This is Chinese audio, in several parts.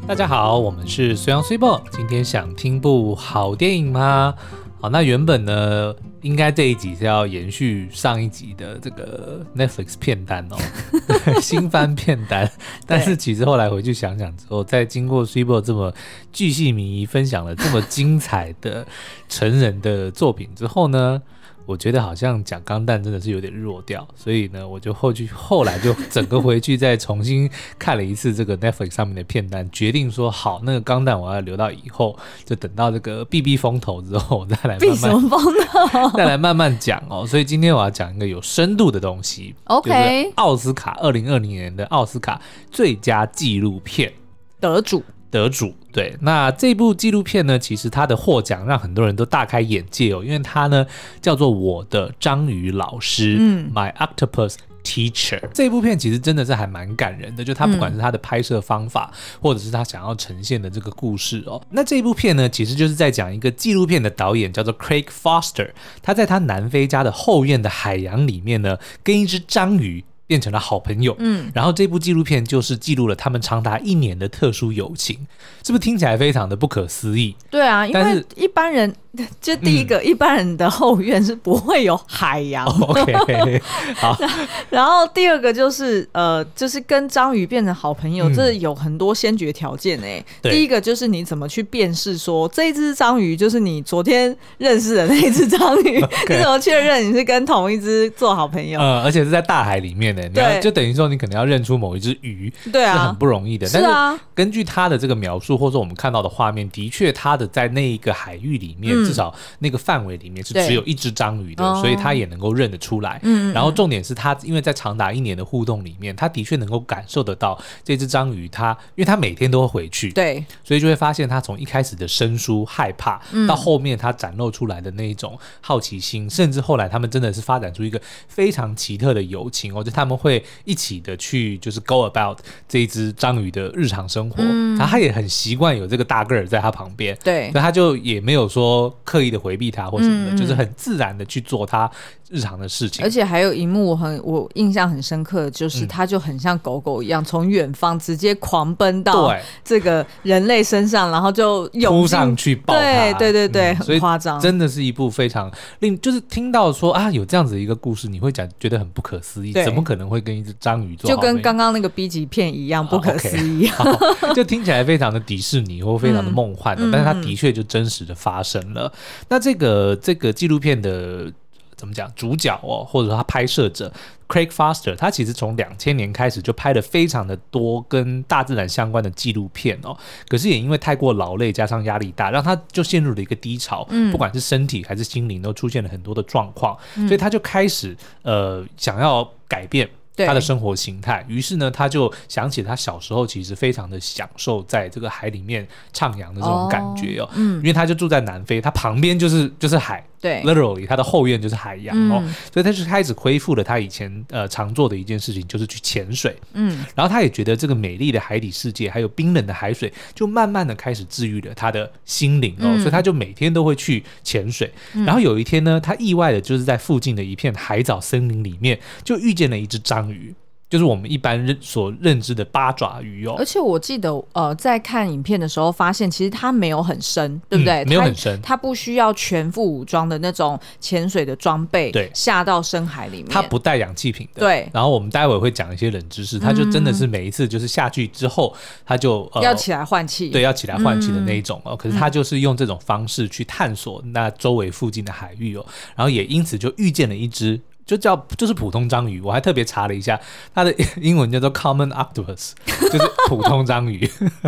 大家好，我们是虽阳虽报，今天想听部好电影吗？好，那原本呢，应该这一集是要延续上一集的这个 Netflix 片单哦，新番片单。但是其实后来回去想想之后，在经过虽报这么巨细靡遗分享了这么精彩的成人的作品之后呢，我觉得好像讲钢弹真的是有点弱掉，所以呢，我就后来就整个回去再重新看了一次这个 Netflix 上面的片单，决定说好，那个钢弹我要留到以后，就等到这个避风头之后，我再来避什么风头？ 再来慢慢讲哦。所以今天我要讲一个有深度的东西 ，OK， 就是奥斯卡2020年的奥斯卡最佳纪录片得主。对，那这部纪录片呢，其实它的获奖让很多人都大开眼界哦，因为它呢叫做我的章鱼老师，My Octopus Teacher。这部片其实真的是还蛮感人的，就它不管是它的拍摄方法，或者是它想要呈现的这个故事哦。那这部片呢，其实就是在讲一个纪录片的导演叫做 Craig Foster， 他在他南非家的后院的海洋里面呢，跟一只章鱼变成了好朋友，然后这部纪录片就是记录了他们长达1年的特殊友情，是不是听起来非常的不可思议？ 对啊，因为一般人就第一个，一般人的后院是不会有海洋。 OK， 好。 然后第二个就是就是跟章鱼变成好朋友，这有很多先决条件哎。第一个就是你怎么去辨识说这一只章鱼就是你昨天认识的那一只章鱼，你怎么确认你是跟同一只做好朋友？而且是在大海里面的，你要就等于说你可能要认出某一只鱼， 对啊， 是很不容易的。 是啊， 但是根据他的这个描述，或者说我们看到的画面，的确他的在那一个海域里面，至少那个范围里面是只有一只章鱼的，所以他也能够认得出来。然后重点是他因为在长达1年的互动里面，他的确能够感受得到这只章鱼因为他每天都会回去， 对， 所以就会发现他从一开始的生疏害怕，到后面他展露出来的那一种好奇心，甚至后来他们真的是发展出一个非常奇特的友情哦，就他们会一起的去就是 go about 这一只章鱼的日常生活，然后他也很习惯有这个大个儿在他旁边， 对， 所以他就也没有说刻意的回避他或什么的，就是很自然的去做他日常的事情。 而且还有一幕我印象很深刻的就是他就很像狗狗一样从远方直接狂奔到这个人类身上，然后就扑上去抱他， 对，很夸张， 真的是一部非常就是听到说啊有这样子一个故事，你会觉得很不可思议，怎么可能会跟一只章鱼做好朋友， 就跟刚刚那个 B 级片一样不可思议， 就听起来非常的迪士尼或非常的梦幻的，但是它的确就真实的发生了。那这个纪录片的怎么讲主角哦，或者说他拍摄者 Craig Foster， 他其实从2000年开始就拍了非常的多跟大自然相关的纪录片哦，可是也因为太过劳累加上压力大，让他就陷入了一个低潮，不管是身体还是心灵都出现了很多的状况，所以他就开始想要改变他的生活形态，于是呢，他就想起他小时候其实非常的享受在这个海里面徜徉的这种感觉哦，因为他就住在南非，他旁边就是海， 对 ，literally 他的后院就是海洋哦，所以他就开始恢复了他以前常做的一件事情，就是去潜水，然后他也觉得这个美丽的海底世界还有冰冷的海水，就慢慢的开始治愈了他的心灵哦，所以他就每天都会去潜水，然后有一天呢，他意外的就是在附近的一片海藻森林里面，就遇见了一只章鱼。就是我们一般所认知的八爪鱼哦， 而且我记得在看影片的时候发现，其实它没有很深，对不对？ 没有很深， 它不需要全副武装的那种潜水的装备， 对， 下到深海里面， 它不带氧气瓶的， 对。 然后我们待会会讲一些冷知识，它就真的是每一次就是下去之后，它就要起来换气， 对，要起来换气的那一种哦。可是它就是用这种方式去探索那周围附近的海域哦，然后也因此就遇见了一只。就是普通章鱼，我还特别查了一下，它的英文叫做 Common Octopus， 就是普通章鱼。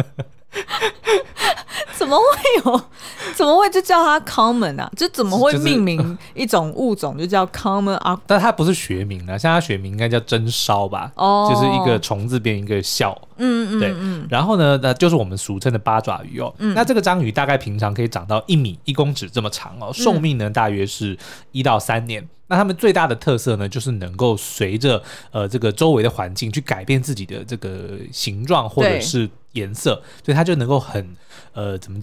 怎么会就叫它 common 啊？就怎么会命名一种物种就叫 common octopus？ 但它不是学名啊，像它学名应该叫真烧吧？就是一个虫字边一个笑，对。然后呢，就是我们俗称的八爪鱼哦。那这个章鱼大概平常可以长到1米1公尺这么长哦，寿命呢大约是1到3年。那它们最大的特色呢，就是能够随着这个周围的环境去改变自己的这个形状或者是颜色，所以它就能够很怎么讲？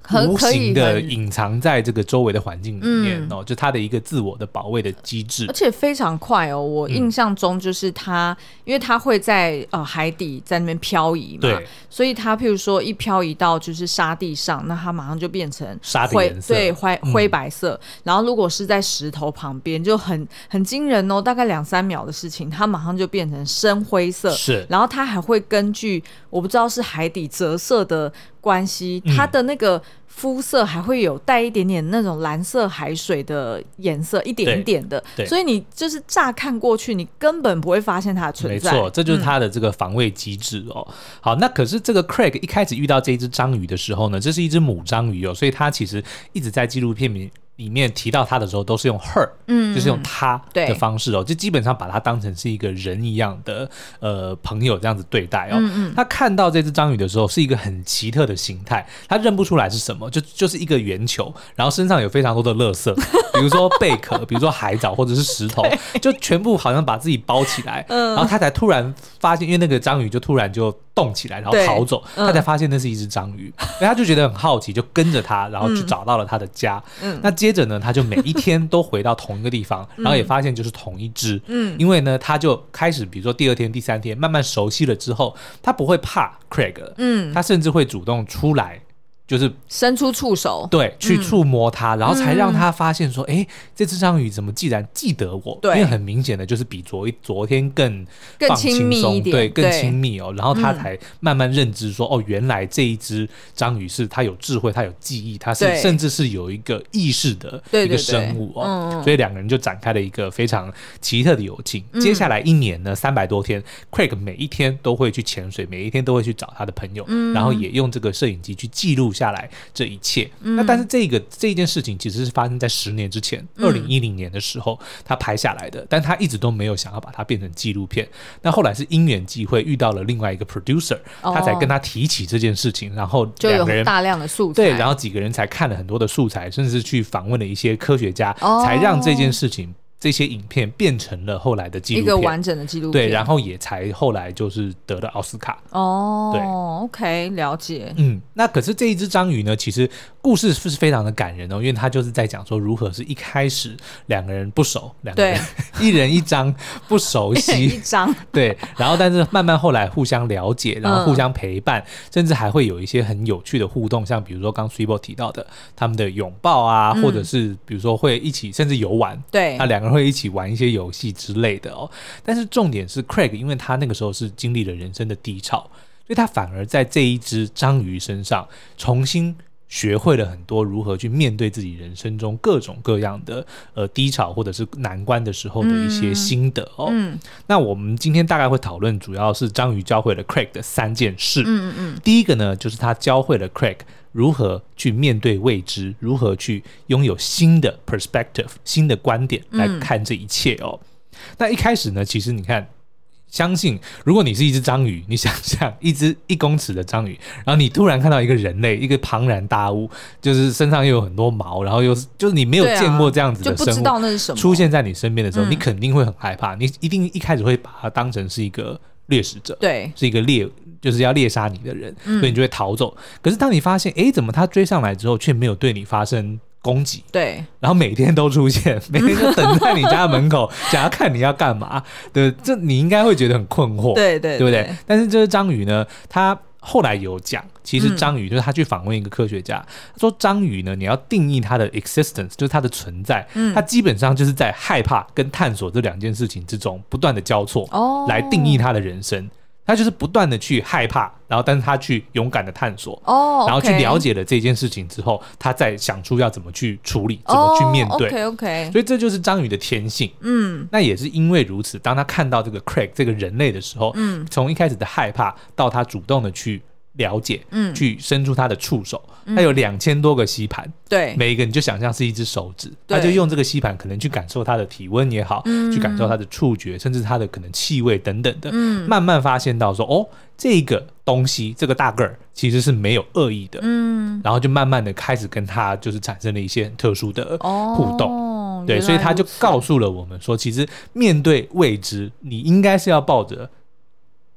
无形的隐藏在这个周围的环境里面就它的一个自我的保卫的机制， 而且非常快哦。我印象中就是它，因为它会在海底在那边漂移嘛， 对， 所以它譬如说一漂移到就是沙地上，那它马上就变成沙地颜色， 对，灰白色。然后如果是在石头旁边，就很惊人哦，大概2-3秒的事情，它马上就变成深灰色。 是， 然后它还会根据我不知道是海底折射的关系，它的那个肤色还会有带一点点那种蓝色海水的颜色，一点一点的，所以你就是乍看过去，你根本不会发现它的存在。 没错，这就是它的这个防卫机制哦。好，那可是这个 Craig 一开始遇到这一只章鱼的时候呢，这是一只母章鱼哦，所以它其实一直在纪录片里面提到他的时候都是用 her，就是用他的方式哦，就基本上把他当成是一个人一样的朋友这样子对待哦。他看到这只章鱼的时候是一个很奇特的形态，他认不出来是什么，就是一个圆球，然后身上有非常多的垃圾，比如说贝壳，比如说海藻或者是石头，就全部好像把自己包起来，然后他才突然发现，因为那个章鱼就突然就动起来，然后逃走，他才发现那是一只章鱼，所以他就觉得很好奇，就跟着他，然后去找到了他的家。那接着呢，他就每一天都回到同一个地方，然后也发现就是同一只。因为呢，他就开始比如说第2天、第3天慢慢熟悉了之后，他不会怕 Craig 了，他甚至会主动出来。就是伸出触手， 对，去触摸它，然后才让他发现说，这只章鱼怎么既然记得我？因为很明显的就是比昨天更亲密一点， 对，更亲密哦。然后他才慢慢认知说，原来这一只章鱼是它有智慧，它有记忆，它是甚至是有一个意识的一个生物哦。所以2个人就展开了一个非常奇特的友情。接下来1年呢，300多天 ，Craig 每一天都会去潜水，每一天都会去找他的朋友，然后也用这个摄影机去记录下来这一切。那但是这一件事情其实是发生在10年之前，2010年的时候他拍下来的，但他一直都没有想要把它变成纪录片。那后来是因缘际会遇到了另外一个 producer，他才跟他提起这件事情，然后就有大量的素材， 对，然后几个人才看了很多的素材，甚至去访问了一些科学家，才让这件事情。这些影片变成了后来的纪录片， 一个完整的纪录片， 对，然后也才后来就是得了奥斯卡。 对 ，OK， 了解。 那可是这一只章鱼呢，其实故事是非常的感人哦，因为他就是在讲说如何是一开始2个人不熟，2个人一人一张不熟悉， 一张对，然后但是慢慢后来互相了解，然后互相陪伴，甚至还会有一些很有趣的互动，像比如说刚 Swibo 提到的他们的拥抱啊，或者是比如说会一起甚至游玩， 对， 那2个人会一起玩一些游戏之类的哦。但是重点是 Craig， 因为他那个时候是经历了人生的低潮，所以他反而在这一只章鱼身上重新学会了很多如何去面对自己人生中各种各样的低潮或者是难关的时候的一些心得哦。那我们今天大概会讨论主要是章鱼教会了 Craig 的3件事。第一个呢，就是他教会了 Craig如何去面对未知，如何去拥有新的 perspective 新的观点来看这一切哦。那一开始呢，其实你看，相信如果你是一只章鱼，你想象一只1公尺的章鱼，然后你突然看到一个人类，一个庞然大物，就是身上又有很多毛，然后就是你没有见过这样子的生物， 就不知道那是什么出现在你身边的时候，你肯定会很害怕，你一定一开始会把它当成是一个掠食者， 对， 是一个就是要猎杀你的人，所以你就会逃走。可是当你发现，怎么他追上来之后却没有对你发生攻击， 对， 然后每天都出现，每天都等在你家门口，想要看你要干嘛，对，这你应该会觉得很困惑， 对， 对不对？但是这只章鱼呢，他后来有讲，其实章鱼就是他去访问一个科学家，他说章鱼呢，你要定义它的 existence， 就是它的存在，它基本上就是在害怕跟探索这2件事情之中不断的交错，来定义它的人生。他就是不断的去害怕，然后但是他去勇敢的探索，然后去了解了这件事情之后，他再想出要怎么去处理，怎么去面对。 OK， 所以这就是章鱼的天性。那也是因为如此，当他看到这个 Craig 这个人类的时候，从一开始的害怕到他主动的去了解，去伸出他的触手，他有2000多个吸盘， 对， 每一个你就想象是一只手指，他就用这个吸盘可能去感受它的体温也好，去感受它的触觉，甚至它的可能气味等等的，慢慢发现到说，这个东西这个大个儿其实是没有恶意的，然后就慢慢的开始跟他就是产生了一些很特殊的互动，对，所以他就告诉了我们说，其实面对未知，你应该是要抱着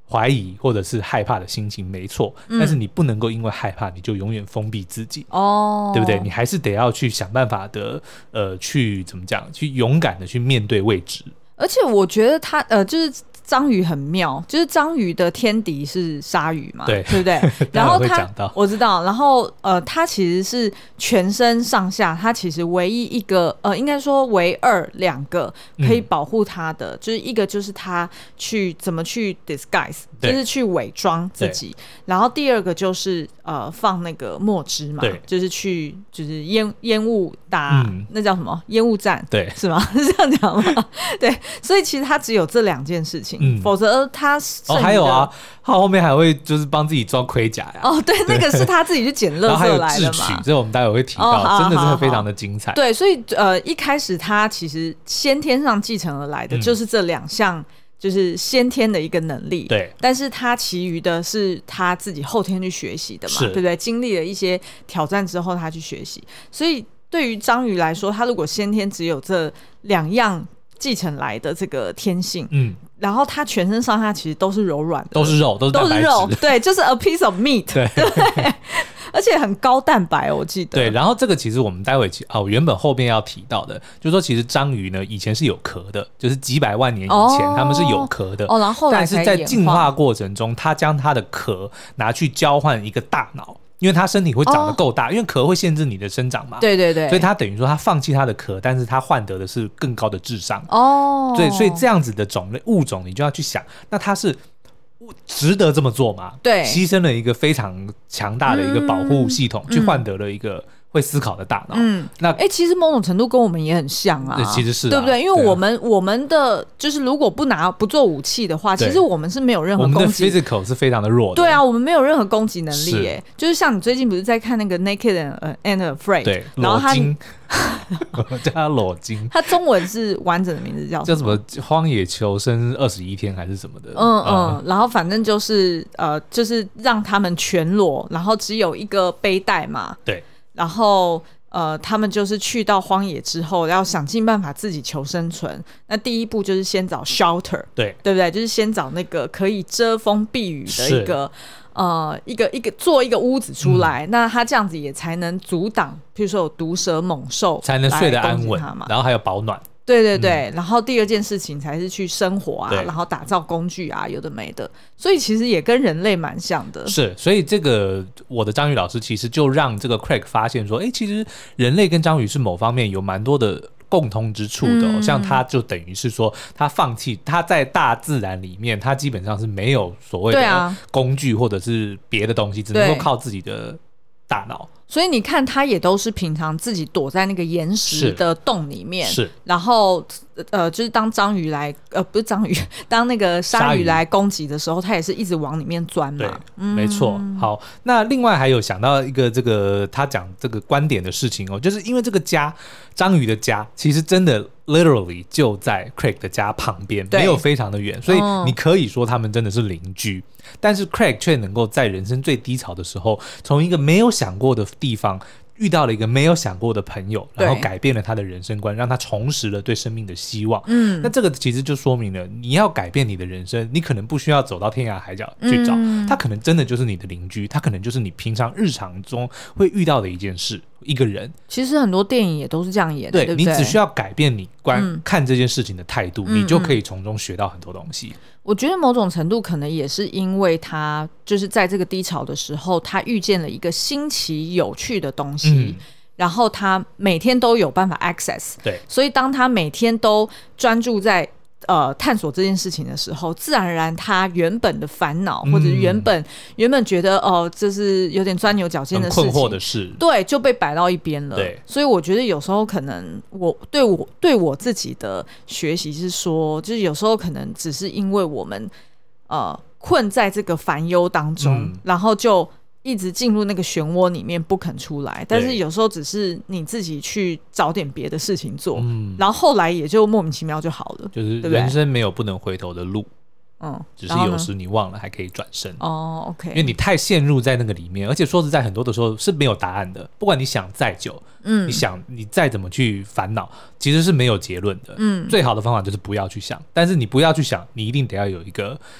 怀疑或者是害怕的心情没错，但是你不能够因为害怕你就永远封闭自己，对不对？你还是得要去想办法的去怎么讲，去勇敢的去面对未知。 而且我觉得他就是章鱼很妙，就是章鱼的天敌是鲨鱼嘛，对不对？然后他我知道，然后他其实是全身上下，他其实唯一一个应该说唯二两个可以保护他的，就是一个就是他怎么去 disguise， 就是去伪装自己，然后第二个就是放那个墨汁嘛，就是就是烟雾打，那叫什么烟雾弹，对，是吗？是这样讲吗？对，所以其实他只有这两件事情。否则他还有啊，他后面还会就是帮自己装盔甲呀。 对，那个是他自己去捡垃圾来的嘛。还有智取，这我们待会会提到，真的是非常的精彩。 对，所以一开始他其实先天上继承而来的就是这两项，就是先天的一个能力。对，但是他其余的是他自己后天去学习的嘛，对不对？经历了一些挑战之后，他去学习。所以对于章鱼来说，他如果先天只有这两样继承来的这个天性，然后它全身上下其实都是柔软的， 都是肉，都是蛋白质， 对，就是 a piece of meat， 对，而且很高蛋白，我记得。 对，然后这个其实我们待会原本后面要提到的，就是说其实章鱼呢以前是有壳的，就是几百万年以前他们是有壳的， 然后后来但是在进化过程中，它将它的壳拿去交换一个大脑。因为它身体会长得够大，因为壳会限制你的生长嘛。对对对，所以它等于说它放弃它的壳，但是它换得的是更高的智商。对，所以这样子的物种，你就要去想，那它是值得这么做吗？对，牺牲了一个非常强大的一个保护系统，去换得了一个会思考的大脑。那其实某种程度跟我们也很像啊。 其实是， 对不对？因为我们的就是如果不做武器的话，其实我们是没有任何攻击， 我们的 physical 是非常的弱的。 对啊，我们没有任何攻击能力耶。就是像你最近不是在看那个 Naked and Afraid， 对， 然后我叫他裸金， 他中文是完整的名字叫什么？荒野求生21天还是什么的？ 然后反正就是就是让他们全裸，然后只有一个背带嘛。对。然后他们就是去到荒野之後要想尽办法自己求生存。那第一步就是先找 shelter， 对不对？就是先找那个可以遮风避雨的一个做一个屋子出来，那他这样子也才能阻挡，譬如说有毒蛇猛兽才能睡得安稳，然后还有保暖。对对对， 然后第二件事情才是去生活啊，然后打造工具啊，有的没的，所以其实也跟人类蛮像的。 是，所以这个我的章鱼老师其实就让这个 Craig 发现说，其实人类跟章鱼是某方面有蛮多的共通之处的像他就等于是说他放弃他在大自然里面，他基本上是没有所谓的工具或者是别的东西，只能够靠自己的大脑。 所以你看他也都是平常自己躲在那个岩石的洞里面，是，然后就是当章鱼来不是章鱼，当那个鲨鱼来攻击的时候，他也是一直往里面钻嘛。 对，没错。好，那另外还有想到一个这个他讲这个观点的事情就是因为这个家章鱼的家其实真的 literally 就在 Craig 的家旁边，没有非常的远，所以你可以说他们真的是邻居。但是 Craig 却能够在人生最低潮的时候，从一个没有想过的地方遇到了一个没有想过的朋友，然后改变了他的人生观，让他重拾了对生命的希望。那这个其实就说明了，你要改变你的人生，你可能不需要走到天涯海角去找，他可能真的就是你的邻居，他可能就是你平常日常中会遇到的一件事，一个人。 其实很多电影也都是这样演的，对不对？ 你只需要改变你看这件事情的态度，你就可以从中学到很多东西。 我觉得某种程度可能也是因为他就是在这个低潮的时候，他遇见了一个新奇有趣的东西，然后他每天都有办法 access， 对，所以当他每天都专注在探索这件事情的时候，自然而然他原本的烦恼或者原本觉得这是有点钻牛角尖的事情， 很困惑的事， 对，就被摆到一边了。对，所以我觉得有时候可能对我自己的学习是说，就是有时候可能只是因为我们困在这个烦忧当中，然后就一直进入那个漩涡里面不肯出来，但是有时候只是你自己去找点别的事情做，然后后来也就莫名其妙就好了。 就是人生没有不能回头的路，只是有时你忘了还可以转身。 OK， 因为你太陷入在那个里面，而且说实在，很多的时候是没有答案的。不管你想再久，你再怎么去烦恼，其实是没有结论的。最好的方法就是不要去想，但是你不要去想，你一定得要有一个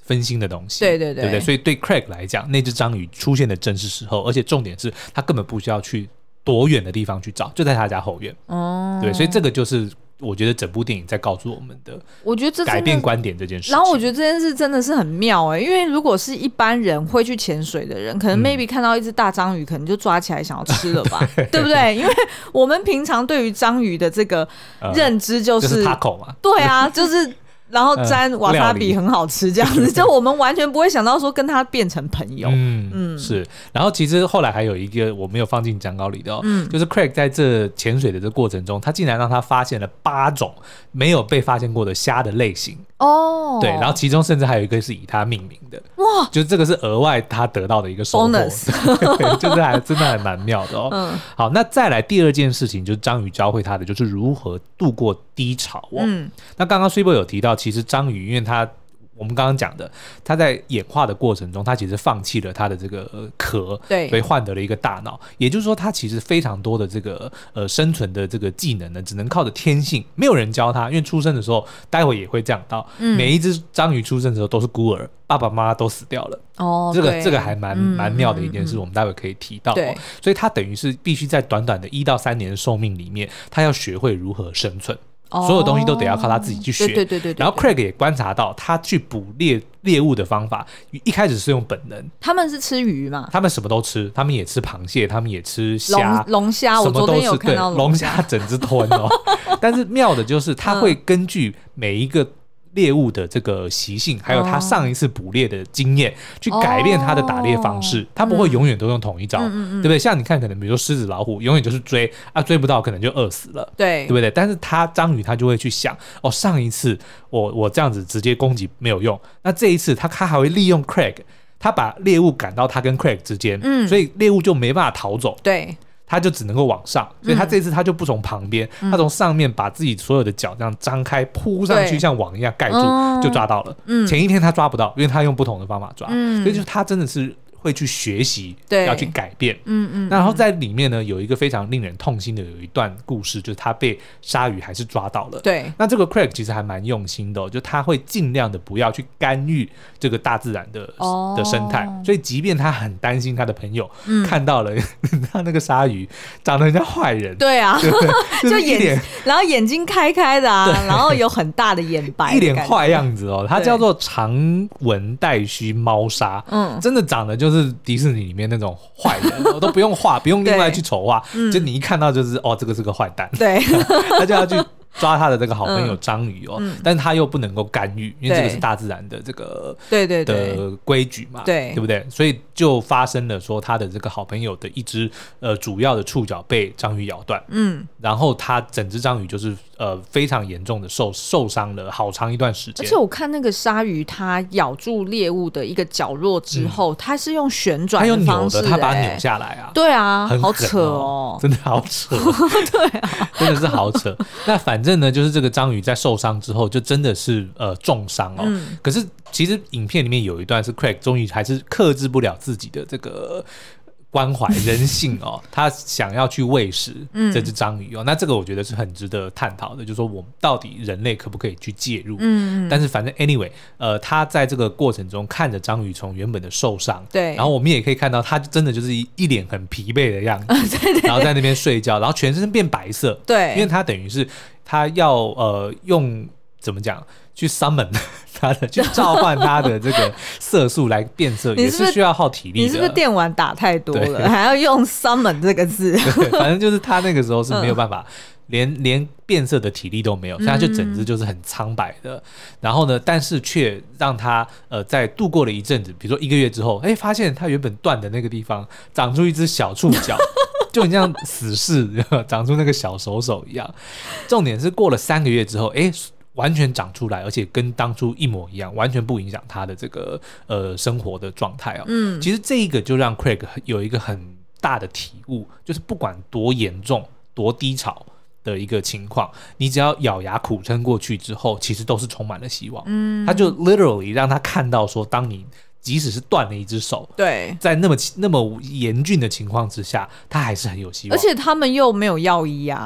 分心的东西， 对对对， 对不对？所以对 Craig 来讲，那只章鱼出现的正是时候，而且重点是他根本不需要去多远的地方去找，就在他家后院。对，所以这个就是我觉得整部电影在告诉我们的， 我觉得这改变观点这件事情。 然后我觉得这件事真的是很妙因为如果是一般人会去潜水的人，可能 maybe 看到一只大章鱼，可能就抓起来想要吃了吧，对不对？因为我们平常对于章鱼的这个认知就是 taco 嘛， 对啊，就是然后沾瓦萨比很好吃这样子，就我们完全不会想到说跟他变成朋友。 是。然后其实后来还有一个我没有放进讲稿里的就是 Craig 在这潜水的这过程中，他竟然让他发现了8种没有被发现过的虾的类型。对，然后其中甚至还有一个是以他命名的。哇，就这个是额外他得到的一个收获，就是还真的还蛮妙的好，那再来第二件事情，就是章鱼教会他的就是如何度过低潮那刚刚 Super 有提到，其实章鱼因为我们刚刚讲的，他在演化的过程中，他其实放弃了他的这个壳， 对， 所以换得了一个大脑。也就是说，他其实非常多的这个生存的这个技能呢，只能靠着天性，没有人教他。因为出生的时候，待会也会讲到，每一只章鱼出生的时候都是孤儿，爸爸妈妈都死掉了。这个还蛮妙的一件事，我们待会可以提到。所以他等于是必须在短短的1到3年的寿命里面，他要学会如何生存。所有东西都得要靠他自己去学。 对。 然后 Craig 也观察到，他去捕猎物的方法，一开始是用本能。 他们是吃鱼嘛？ 他们什么都吃，他们也吃螃蟹，他们也吃虾， 龙虾。我昨天有看到龙虾整只吞但是妙的就是，他会根据每一个猎物的这个习性，还有他上一次捕猎的经验，去改变他的打猎方式。他不会永远都用同一招，对不对？像你看，可能比如说狮子老虎，永远就是追追不到可能就饿死了，对不对？但是章鱼他就会去想，上一次我这样子直接攻击没有用，那这一次他还会利用 Craig， 他把猎物赶到他跟 Craig 之间，所以猎物就没办法逃走。对。他就只能够往上，所以他这次他就不从旁边，他从上面把自己所有的脚这样张开扑上去，像网一样盖住，就抓到了。前一天他抓不到，因为他用不同的方法抓，所以就是他真的是会去学习，要去改变。那然后在里面呢，有一个非常令人痛心的有一段故事，就是他被鲨鱼还是抓到了。对，那这个 Craig 其实还蛮用心的就他会尽量的不要去干预这个大自然的生态，所以即便他很担心他的朋友看到了他那个鲨鱼长得很像坏人，对啊，就然后眼睛开开的然后有很大的眼白， 一脸坏样子它叫做长吻带须猫鲨，真的长得就是迪士尼里面那种坏人都不用画，不用另外去丑化，就你一看到就是这个是个坏蛋，对，他就要去抓他的这个好朋友章鱼但是他又不能够干预，因为这个是大自然的这个的规矩嘛，对不对？所以就发生了说他的这个好朋友的一只主要的触角被章鱼咬断，然后他整只章鱼就是非常严重的受伤了好长一段时间。 而且我看那个鲨鱼它咬住猎物的一个角落之后，它是用旋转的方式， 它把它扭下来对啊，好扯真的好扯对啊， 真的是好扯那反正呢，就是这个章鱼在受伤之后就真的是重伤可是其实影片里面有一段是 Craig 终于还是克制不了自己的这个关怀人性他想要去喂食这只章鱼那这个我觉得是很值得探讨的，就是说我们到底人类可不可以去介入但是反正 anyway 他在这个过程中看着章鱼从原本的受伤，对，然后我们也可以看到他真的就是一脸很疲惫的样子对然后在那边睡觉，然后全身变白色，对，因为他等于是他要用怎么讲去 summon 他的，去召唤他的这个色素来变色，也是需要耗体力的。 你是不是电玩打太多了，还要用 summon 这个字？ 对，反正就是他那个时候是没有办法，连变色的体力都没有，所以他就整只就是很苍白的。然后呢，但是却让他在度过了一阵子，比如说1个月之后，发现他原本断的那个地方长出一只小触角。就很像死士长出那个小手手一样。重点是过了3个月之后，完全长出来，而且跟当初一模一样，完全不影响他的这个生活的状态其实这一个就让 Craig 有一个很大的体悟，就是不管多严重多低潮的一个情况，你只要咬牙苦撑过去之后，其实都是充满了希望他就 literally 让他看到说，当你即使是断了一只手，对，在那么严峻的情况之下，他还是很有希望。 而且他们又没有药医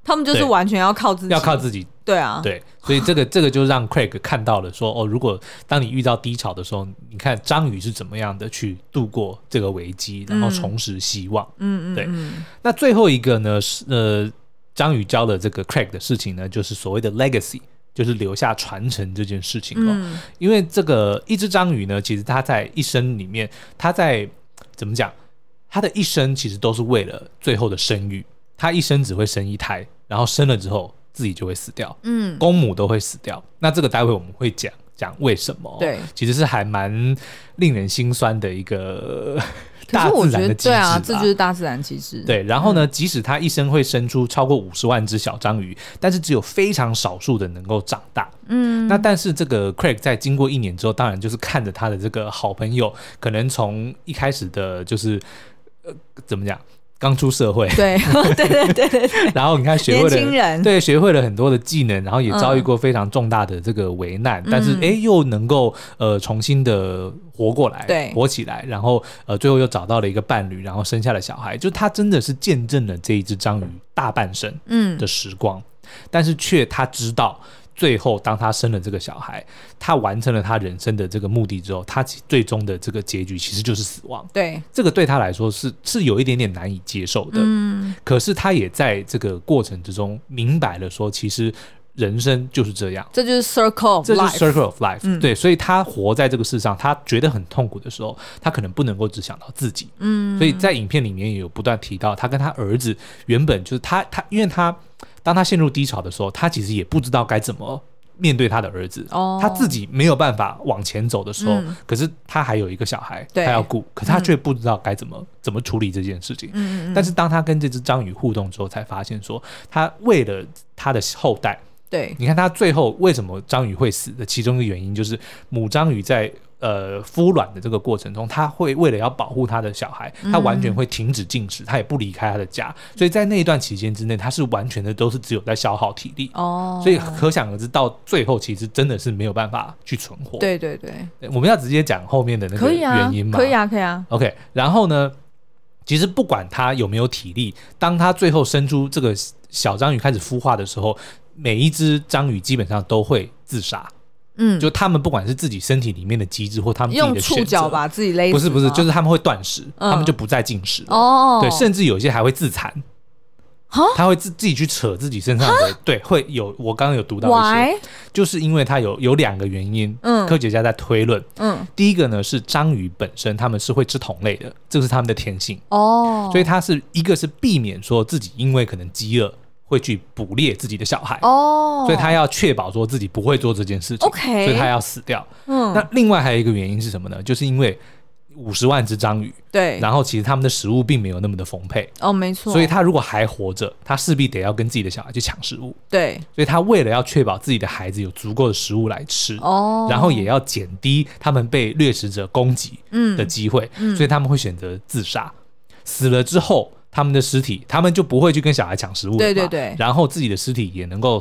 他们就是完全要靠自己，对啊， 对，所以这个就让 Craig 看到了说，如果当你遇到低潮的时候，你看章鱼是怎么样的去度过这个危机，然后重拾希望。对。那最后一个呢，章鱼教了这个 Craig 的事情呢，就是所谓的 legacy， 就是留下传承这件事情因为这个一只章鱼呢，其实它在一生里面，它在怎么讲，它的一生其实都是为了最后的生育，它一生只会生一胎，然后生了之后自己就会死掉，公母都会死掉。那这个待会我们会讲为什么， 对， 其实是还蛮令人心酸的一个大自然的机制吧。 对啊，这就是大自然机制。 对，然后呢，即使它一生会生出超过50万只小章鱼，但是只有非常少数的能够长大。那但是这个 Craig 在经过1年之后，当然就是看着他的这个好朋友，可能从一开始的就是怎么讲，刚出社会， 对对， 然后你看学会了年轻人， 对，学会了很多的技能，然后也遭遇过非常重大的这个危难，但是又能够重新的活过来， 对， 活起来，然后最后又找到了一个伴侣，然后生下了小孩，就他真的是见证了这一只章鱼大半生的时光，但是却他知道。最后当他生了这个小孩，他完成了他人生的这个目的之后，他最终的这个结局其实就是死亡。 对， 这个对他来说是有一点点难以接受的。可是他也在这个过程之中明白了说，其实人生就是这样， 这就是 circle of life， 这就是 circle of life。对，所以他活在这个世上，他觉得很痛苦的时候，他可能不能够只想到自己。所以在影片里面也有不断提到，他跟他儿子原本就是他，因为他当他陷入低潮的时候，他其实也不知道该怎么面对他的儿子。他自己没有办法往前走的时候，可是他还有一个小孩，他要顾，可是他却不知道该怎么处理这件事情。但是当他跟这只章鱼互动之后，才发现说，他为了他的后代。 对， 你看他最后为什么章鱼会死的其中一个原因，就是母章鱼在孵卵的这个过程中，他会为了要保护他的小孩，他完全会停止进食，他也不离开他的家，所以在那一段期间之内，他是完全的都是只有在消耗体力。所以可想而知，到最后其实真的是没有办法去存活。 对， 我们要直接讲后面的那个原因吗？ 可以啊。 OK， 然后呢，其实不管他有没有体力，当他最后生出这个小章鱼开始孵化的时候，每一只章鱼基本上都会自杀。就他们不管是自己身体里面的机制，或他们自己的选择， 用触角把自己勒死， 不是，就是他们会断食，他们就不再进食了。对，甚至有些还会自残。他会自己去扯自己身上的，对，会有。我刚刚有读到一些，就是因为他有2个原因，科学家在推论。第一个呢是章鱼本身他们是会吃同类的，这是他们的天性。所以他是一个是避免说自己因为可能饥饿会去捕猎自己的小孩，所以他要确保说自己不会做这件事情，所以他要死掉。那另外还有一个原因是什么呢？就是因为50万只章鱼， 对， 然后其实他们的食物并没有那么的丰沛， 没错， 所以他如果还活着，他势必得要跟自己的小孩去抢食物， 对， 所以他为了要确保自己的孩子有足够的食物来吃，然后也要减低他们被掠食者攻击的机会，所以他们会选择自杀。死了之后，他们的尸体，他们就不会去跟小孩抢食物了嘛，对，然后自己的尸体也能够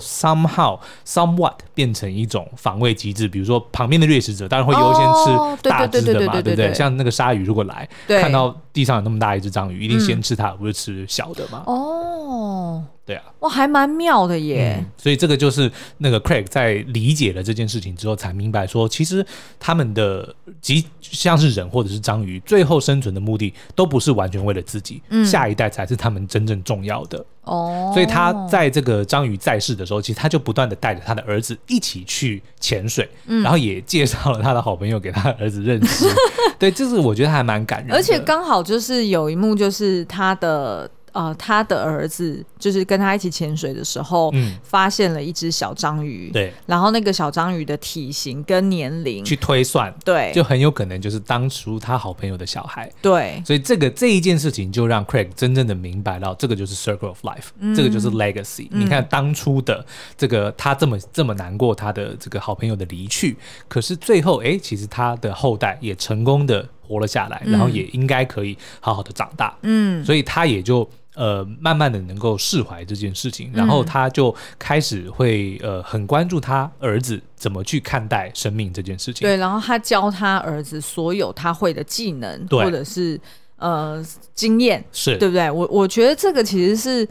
somewhat 变成一种防卫机制，比如说旁边的掠食者当然会优先吃大只的嘛，对不对？像那个鲨鱼如果来看到地上有那么大一只章鱼，一定先吃它，而不是吃小的嘛。对啊， 哇，还蛮妙的耶。 所以这个就是那个 Craig 在理解了这件事情之后，才明白说，其实他们的像是人或者是章鱼，最后生存的目的都不是完全为了自己，下一代才是他们真正重要的。所以他在这个章鱼在世的时候，其实他就不断的带着他的儿子一起去潜水，然后也介绍了他的好朋友给他的儿子认识。对，这是我觉得还蛮感人的。 而且刚好就是有一幕，就是他的儿子就是跟他一起潜水的时候，发现了一只小章鱼， 对， 然后那个小章鱼的体型跟年龄去推算， 对， 就很有可能就是当初他好朋友的小孩， 对， 所以这一件事情就让 Craig 真正的明白到，这个就是 circle of life，这个就是 legacy。你看当初的这个他这么难过他的这个好朋友的离去，可是最后其实他的后代也成功的活了下来，然后也应该可以好好的长大，所以他也就慢慢的能够释怀这件事情，然后他就开始会很关注他儿子怎么去看待生命这件事情。 对，然后他教他儿子所有他会的技能或者是经验， 是对不对？我觉得这个其实是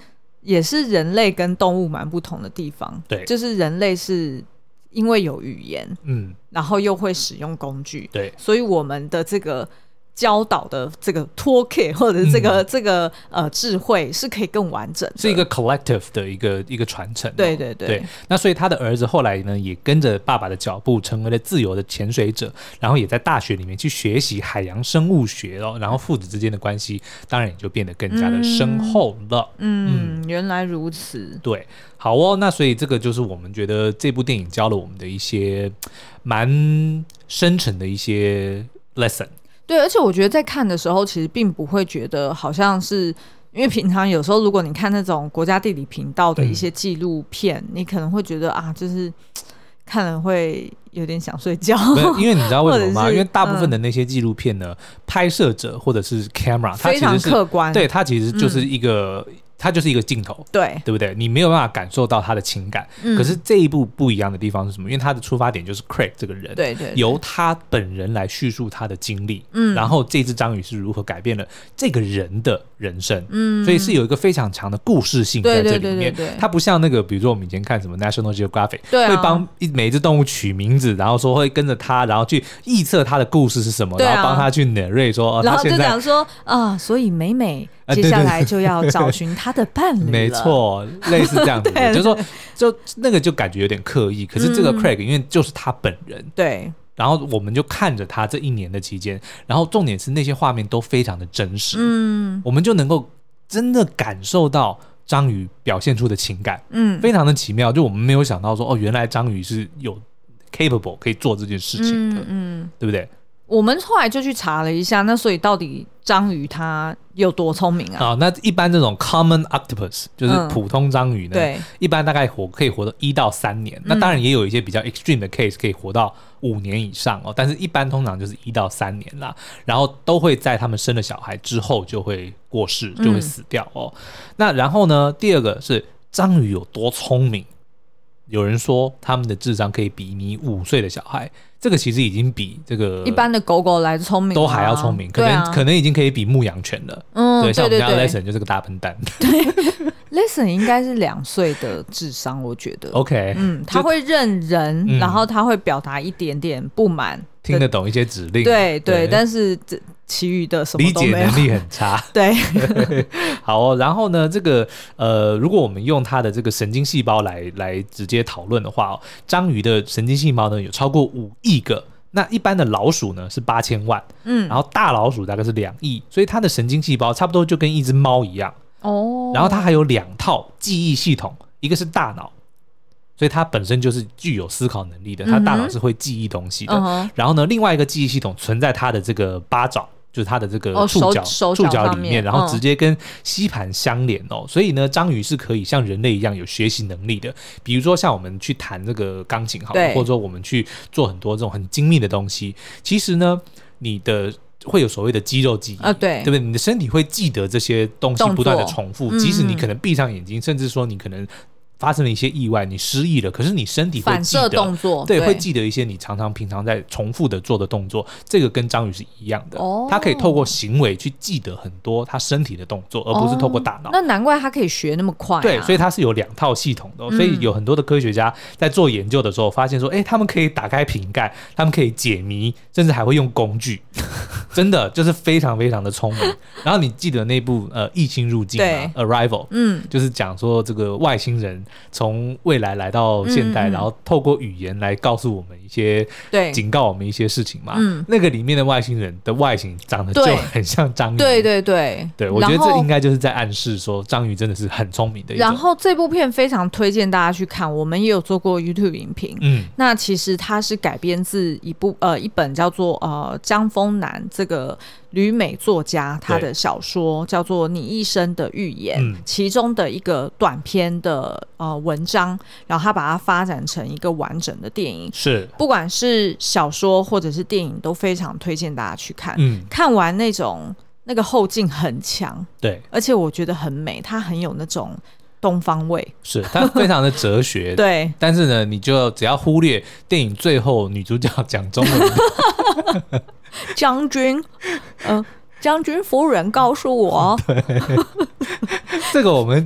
也是人类跟动物蛮不同的地方。 对， 就是人类是因为有语言，然后又会使用工具， 对， 所以我们的这个教导的这个 toolkit 或者是这个智慧是可以更完整的， 是一个 collective 的一个传承。 对对对。 那所以他的儿子后来呢，也跟着爸爸的脚步，成为了自由的潜水者，然后也在大学里面去学习海洋生物学哦，然后父子之间的关系当然也就变得更加的深厚了。 原来如此。 对，好哦，那所以这个就是我们觉得这部电影教了我们的一些蛮深沉的一些 lesson。 对，而且我觉得在看的时候，其实并不会觉得好像是，因为平常有时候如果你看那种国家地理频道的一些纪录片，你可能会觉得啊，就是看了会有点想睡觉。 因为你知道为什么吗？因为大部分的那些纪录片呢，拍摄者或者是 camera， 它其实是非常客观， 对，它其实就是一个。它就是一个镜头， 对不对？你没有办法感受到他的情感。可是这一部不一样的地方是什么？因为他的出发点就是 Craig 这个人， 对， 由他本人来叙述他的经历，然后这只章鱼是如何改变了这个人的人生，所以是有一个非常强的故事性在这里面。它不像那个，比如说我们以前看什么 National Geographic，会帮每一只动物取名字，然后说会跟着他，然后去臆测他的故事是什么，然后帮他去 narrate 说， 然后就讲说啊，所以美美接下来就要找寻他的伴侣了。 没错，类似这样子的，就是说，就那个就感觉有点刻意。可是这个 Craig 因为就是他本人， 对， 然后我们就看着他这一年的期间，然后重点是那些画面都非常的真实，我们就能够真的感受到章鱼表现出的情感，非常的奇妙。就我们没有想到说，哦，原来章鱼是有 capable 可以做这件事情的，对不对？ 我们后来就去查了一下，那所以到底章鱼它有多聪明啊？ 那一般这种 common octopus 就是普通章鱼呢， 对， 一般大概可以活到1到3年。那当然也有一些比较 extreme 的 case 可以活到5年以上哦，但是一般通常就是1到3年啦。然后都会在他们生了小孩之后就会过世，就会死掉哦。那然后呢，第二个是章鱼有多聪明？有人说他们的智商可以比拟5岁的小孩，这个其实已经比这个一般的狗狗来聪明都还要聪明，可能已经可以比牧羊犬了。对，像我们家的 Lesson 就是个大笨蛋。 对，Lesson 应该是2岁的智商，我觉得。 OK， 他会认人，然后他会表达一点点不满， 听得懂一些指令。 对，但是其余的什么都没有， 理解能力很差。 对， 好哦。然后呢，这个如果我们用它的这个神经细胞来直接讨论的话哦，章鱼的神经细胞呢有超过5亿个。那一般的老鼠呢是8000万，然后大老鼠大概是2亿，所以它的神经细胞差不多就跟一只猫一样哦。然后它还有2套记忆系统，一个是大脑。所以它本身就是具有思考能力的，它大脑是会记忆东西的。然后呢，另外一个记忆系统存在它的这个八爪，就是它的这个触角里面，然后直接跟吸盘相连哦。所以呢，章鱼是可以像人类一样有学习能力的。比如说像我们去弹这个钢琴好了，或者说我们去做很多这种很精密的东西，其实呢，你的会有所谓的肌肉记忆，对不对？你的身体会记得这些东西不断的重复，即使你可能闭上眼睛，甚至说你可能发生了一些意外，你失忆了，可是你身体会记得反射动作， 对，会记得一些你平常在重复的做的动作。这个跟章鱼是一样的，它可以透过行为去记得很多它身体的动作，而不是透过大脑。 那难怪它可以学那么快对，所以它是有2套系统的所以有很多的科学家在做研究的时候发现说，他们可以打开瓶盖，他们可以解谜，甚至还会用工具，真的就是非常非常的聪明。然后你记得那部异星入境吗 Arrival， 就是讲说这个外星人从未来来到现代，然后透过语言来告诉我们一些，警告我们一些事情嘛。那个里面的外星人的外形长得就很像章鱼。对，我觉得这应该就是在暗示说章鱼真的是很聪明的一种。 然后这部片非常推荐大家去看，我们也有做过 YouTube 影评。那其实它是改编自一本叫做江丰南这个旅美作家他的小说，叫做《你一生的预言》，其中的一个短篇的文章，然后他把它发展成一个完整的电影。是，不管是小说或者是电影，都非常推荐大家去看。看完那个后劲很强，对，而且我觉得很美，它很有那种东方味， 是它非常的哲学。对，但是呢，你就只要忽略电影最后女主角讲中文， 将军夫人告诉我， 这个我们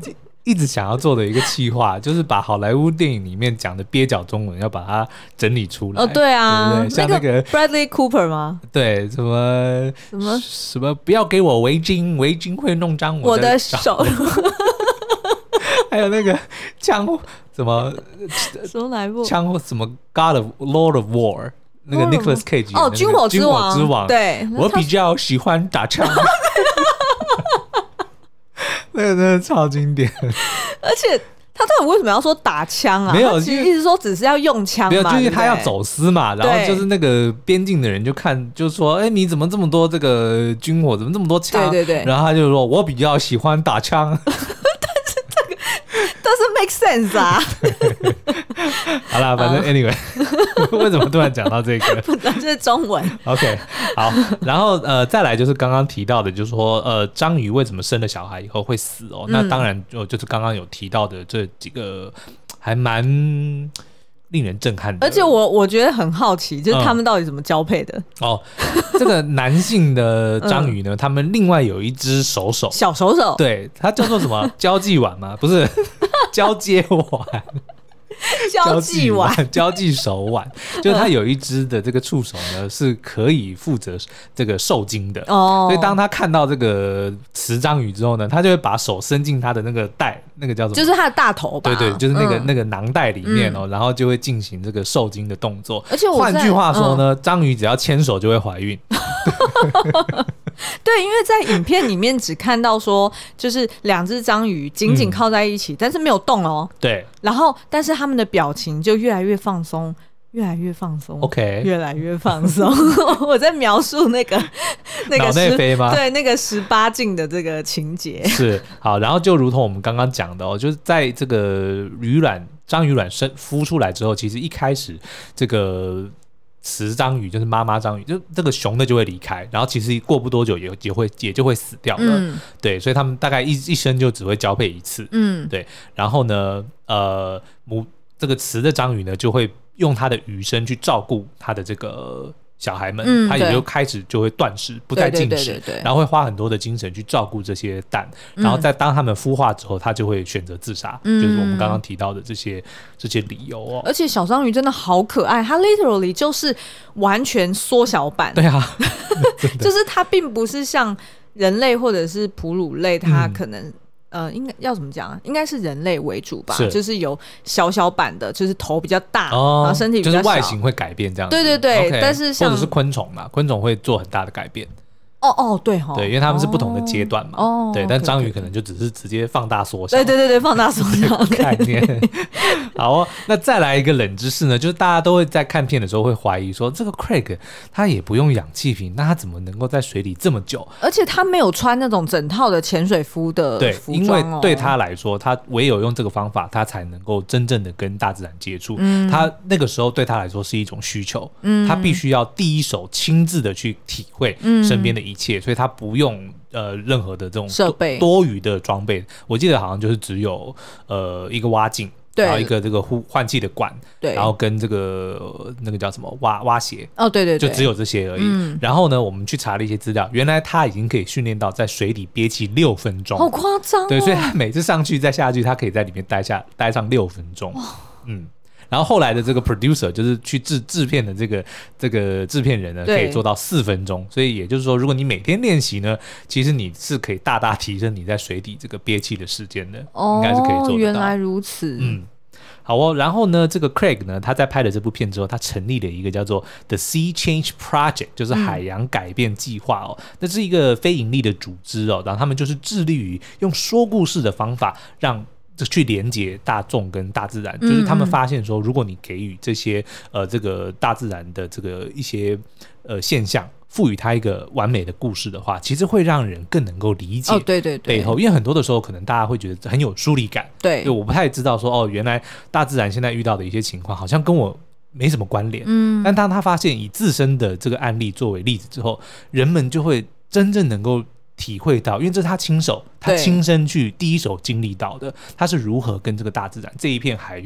一直想要做的一个企划，就是把好莱坞电影里面讲的蹩脚中文要把它整理出来。 对啊， 对不对？像那个 Bradley Cooper 吗？ 对，什么不要给我围巾，围巾会弄脏我的手。 还有那个枪什么哪一部枪什么 Lord of War。那个 Nicolas Cage 军火之王，对， 我比较喜欢打枪，那个真的超经典。 而且他到底为什么要说打枪啊？ 没有， 其实意思说只是要用枪嘛， 没有，就是他要走私嘛。然后就是那个边境的人就说，哎，你怎么这么多这个军火，怎么这么多枪？ 对。 然后他就说，我比较喜欢打枪。 make sense 啊。 好啦，反正 anyway 为什么突然讲到这个？ 这是中文。 OK， 好，然后再来就是刚刚提到的，就是说章鱼为什么生了小孩以后会死哦？那当然就是刚刚有提到的这几个还蛮令人震撼的。 而且我觉得很好奇，就是他们到底怎么交配的？ 这个男性的章鱼呢，他们另外有一只手， 小手手， 对，它叫做什么？交际碗吗？不是，交接碗。交际手腕，就是它有一只的这个触手呢，是可以负责这个受精的。所以当他看到这个雌章鱼之后呢，他就会把手伸进它的那个袋，那个叫什么？就是它的大头吧？ 对，就是那个囊袋里面然后就会进行这个受精的动作。 而且换句话说呢，章鱼只要牵手就会怀孕。 对，因为在影片里面只看到说，就是两只章鱼紧紧靠在一起，但是没有动哦。 对， 然后但是他们的表情就越来越放松，越来越放松 ，OK， 越来越放松。我在描述那个脑内飞吗？ 对，那个18禁的这个情节是好，然后就如同我们刚刚讲的就是在这个章鱼卵孵出来之后，其实一开始这个雌章鱼就是妈妈章鱼，就这个雄的就会离开，然后其实过不多久也就会死掉了。对，所以他们大概一生就只会交配一次。对，然后呢，这个雌的章鱼呢就会用它的羽身去照顾它的这个小孩们，它也就开始就会断食，不再进食，然后会花很多的精神去照顾这些蛋，然后在当它们孵化之后，它就会选择自杀，就是我们刚刚提到的这些理由哦。 而且小章鱼真的好可爱，它 literally 就是完全缩小版。 对啊， 就是它并不是像人类或者是哺乳类，它可能应该要怎么讲？应该是人类为主吧，就是有小版的，就是头比较大，然后身体比较小， 就是外形会改变这样子。 对，但是像或者是昆虫嘛，昆虫会做很大的改变。 对， 因为他们是不同的阶段嘛。对，但章鱼可能就只是直接放大缩小。 对，放大缩小概念。好那再来一个冷知识呢，就是大家都会在看片的时候会怀疑说，这个 Craig 他也不用氧气瓶，那他怎么能够在水里这么久？ 而且他没有穿那种整套的潜水服的服装。 对，因为对他来说，他唯有用这个方法，他才能够真正的跟大自然接触。他那个时候对他来说是一种需求，他必须要第一手亲自的去体会身边的一切，所以他不用任何的这种设备多余的装备。我记得好像就是只有一个蛙镜，然后一个这个换气的管，然后跟这个那个叫什么蛙鞋， 对， 就只有这些而已。然后呢，我们去查了一些资料，原来他已经可以训练到在水里憋气6分钟， 好夸张。 对，所以他每次上去再下去，他可以在里面待上6分钟。然后后来的这个 producer 就是去制片的这个制片人呢，可以做到4分钟。所以也就是说，如果你每天练习呢，其实你是可以大大提升你在水底这个憋气的时间的。应该是可以做得到。 原来如此。 好然后呢，这个 Craig 呢，他在拍了这部片之后，他成立了一个叫做 The Sea Change Project， 就是海洋改变计划那是一个非盈利的组织然后他们就是致力于用说故事的方法去连接大众跟大自然，就是他们发现说，如果你给予这些这个大自然的这个一些现象，赋予它一个完美的故事的话，其实会让人更能够理解背后。因为很多的时候可能大家会觉得很有疏离感，对，我不太知道说原来大自然现在遇到的一些情况好像跟我没什么关联，但当他发现以自身的这个案例作为例子之后，人们就会真正能够体会到，因为这是他亲身去第一手经历到的，他是如何跟这个大自然这一片海域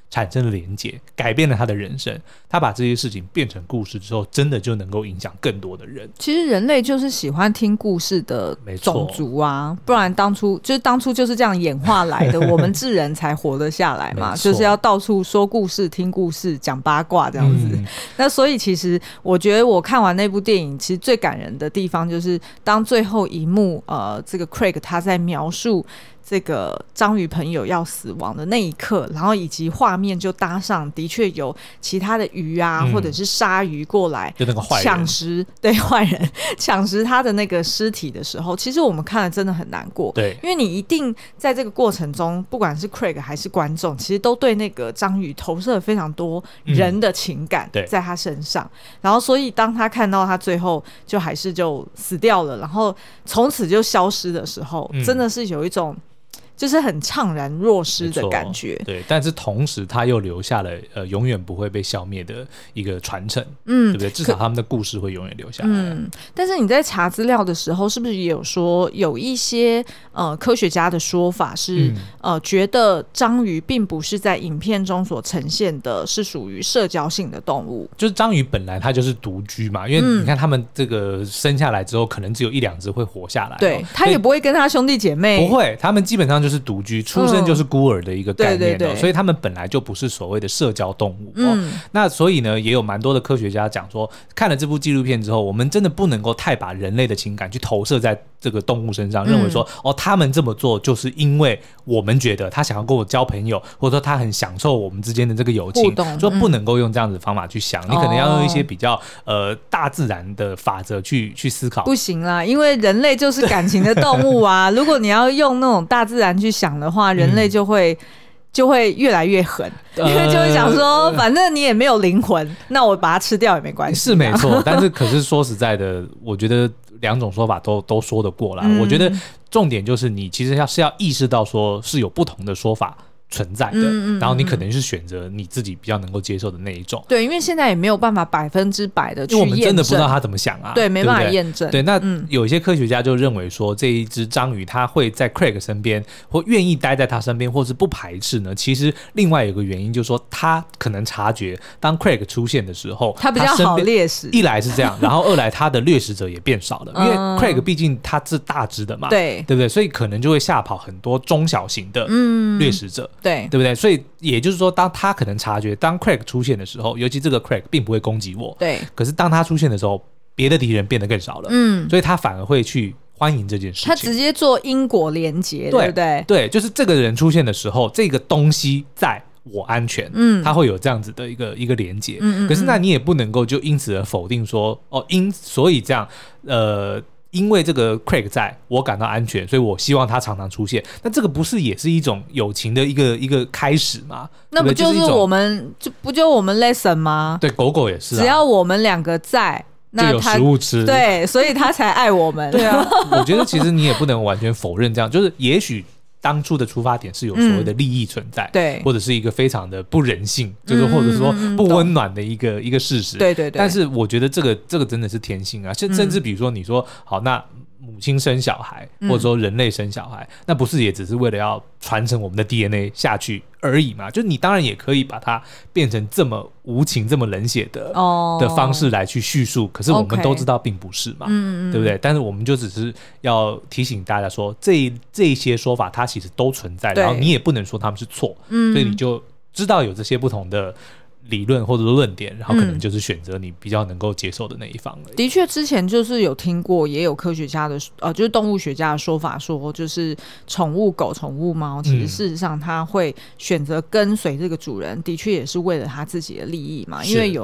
产生了连结，改变了他的人生。他把这些事情变成故事之后，真的就能够影响更多的人。 其实人类就是喜欢听故事的种族啊，不然当初就是这样演化来的，我们智人才活得下来嘛，就是要到处说故事、听故事、讲八卦这样子。那所以其实我觉得我看完那部电影，其实最感人的地方就是当最后一幕，这个 Craig 他在描述这个章鱼朋友要死亡的那一刻，然后以及画面就搭上的确有其他的鱼啊，或者是鲨鱼过来就那个坏人抢食，对，坏人抢食他的那个尸体的时候，其实我们看了真的很难过。 对， 因为你一定在这个过程中，不管是 Craig 还是观众，其实都对那个章鱼投射了非常多人的情感在他身上。然后所以当他看到他最后就还是就死掉了，然后从此就消失的时候，真的是有一种就是很怅然若失的感觉。 对，但是同时他又留下了永远不会被消灭的一个传承，对不对？至少他们的故事会永远留下来。 但是你在查资料的时候，是不是也有说有一些科学家的说法是觉得章鱼并不是在影片中所呈现的是属于社交性的动物？ 就是章鱼本来它就是独居嘛，因为你看他们这个生下来之后，可能只有1-2只会活下来， 对，他也不会跟他兄弟姐妹， 不会，他们基本上就是独居，出生就是孤儿的一个概念，对，所以他们本来就不是所谓的社交动物。那所以呢，也有蛮多的科学家讲说，看了这部纪录片之后，我们真的不能够太把人类的情感去投射在这个动物身上，认为说他们这么做就是因为我们觉得他想要跟我交朋友，或者说他很享受我们之间的这个友情，说不能够用这样子的方法去想，你可能要用一些比较大自然的法则去思考。 不行啦，因为人类就是感情的动物啊，如果你要用那种大自然去想的话，人类就会越来越狠，因为就会想说反正你也没有灵魂，那我把它吃掉也没关系。 是没错，但是可是说实在的，我觉得两种说法都说得过啦。我觉得重点就是你其实是要意识到说是有不同的说法存在的，然后你可能是选择你自己比较能够接受的那一种。 对，因为现在也没有办法100%的去验证， 因为我们真的不知道他怎么想啊， 对，没办法验证。 对，那有一些科学家就认为说，这一只章鱼它会在 Craig 身边，或愿意待在他身边，或是不排斥呢？其实另外有个原因就是说，他可能察觉当 Craig 出现的时候， 他比较好猎食。 一来是这样，然后二来他的掠食者也变少了，因为 Craig 毕竟他是大只的嘛，对不对？所以可能就会吓跑很多中小型的掠食者。对不对？所以也就是说，当他可能察觉，当 Craig 出现的时候，尤其这个 Craig 并不会攻击我，对。可是当他出现的时候，别的敌人变得更少了，所以他反而会去欢迎这件事情。 他直接做因果连结，对不对？ 对，就是这个人出现的时候，这个东西在我安全，他会有这样子的一个连结。可是那你也不能够就因此而否定说，所以这样，因为这个 Craig 在我感到安全，所以我希望他常常出现。那这个不是也是一种友情的一个开始吗？ 那不就是我们就我们 lesson 吗？ 对，狗狗也是， 只要我们2个在，那就有食物吃。 对，所以他才爱我们。 对啊，我觉得其实你也不能完全否认这样，就是也许当初的出发点是有所谓的利益存在，对，或者是一个非常的不人性，就是或者说不温暖的一个事实，对。但是我觉得这个真的是天性啊，甚至比如说你说好，那母亲生小孩，或者说人类生小孩，那不是也只是为了要传承我们的 DNA 下去而已嘛？就你当然也可以把它变成这么无情、这么冷血的方式来去叙述，可是我们都知道并不是嘛，对不对？但是我们就只是要提醒大家说，这些说法它其实都存在，然后你也不能说他们是错，所以你就知道有这些不同的理论或者说论点，然后可能就是选择你比较能够接受的那一方而已。 的确，之前就是有听过，也有科学家的就是动物学家的说法，说就是宠物狗、宠物猫，其实事实上它会选择跟随这个主人，的确也是为了他自己的利益嘛，因为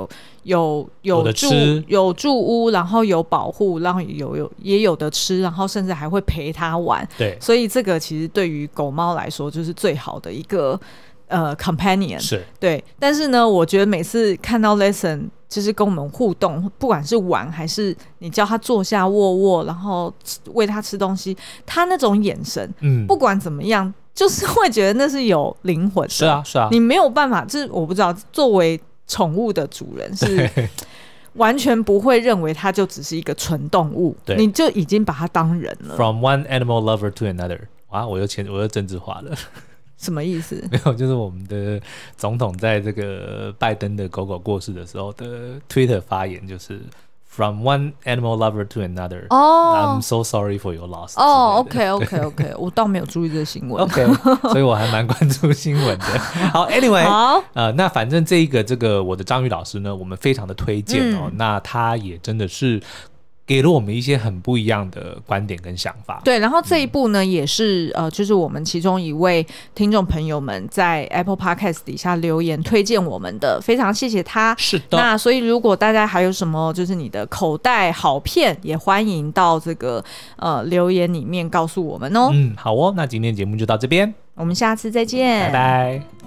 有住屋，然后有保护，然后也有的吃，然后甚至还会陪他玩。对，所以这个其实对于狗猫来说，就是最好的一个companion 是对。但是呢，我觉得每次看到 lesson 就是跟我们互动，不管是玩还是你叫他坐下卧，然后喂他吃东西，他那种眼神，不管怎么样，就是会觉得那是有灵魂的。是啊，你没有办法，就是我不知道，作为宠物的主人是完全不会认为它就只是一个纯动物，你就已经把它当人了。 From one animal lover to another， 哇，我又政治化了。 什么意思？ 没有，就是我们的总统在这个拜登的狗狗过世的时候的 Twitter 发言，就是 From one animal lover to another. I'm so sorry for your loss. OK， 我倒没有注意这个新闻。 OK， 所以我还蛮关注新闻的。好 ，Anyway， 好， 那反正这个我的章鱼老师呢，我们非常的推荐哦。那他也真的是给了我们一些很不一样的观点跟想法。 对，然后这一部呢，也是就是我们其中一位听众朋友们在 Apple Podcast 底下留言推荐我们的，非常谢谢他。 是的。 那所以如果大家还有什么就是你的口袋好片，也欢迎到这个留言里面告诉我们哦。 好哦，那今天节目就到这边， 我们下次再见， 拜拜。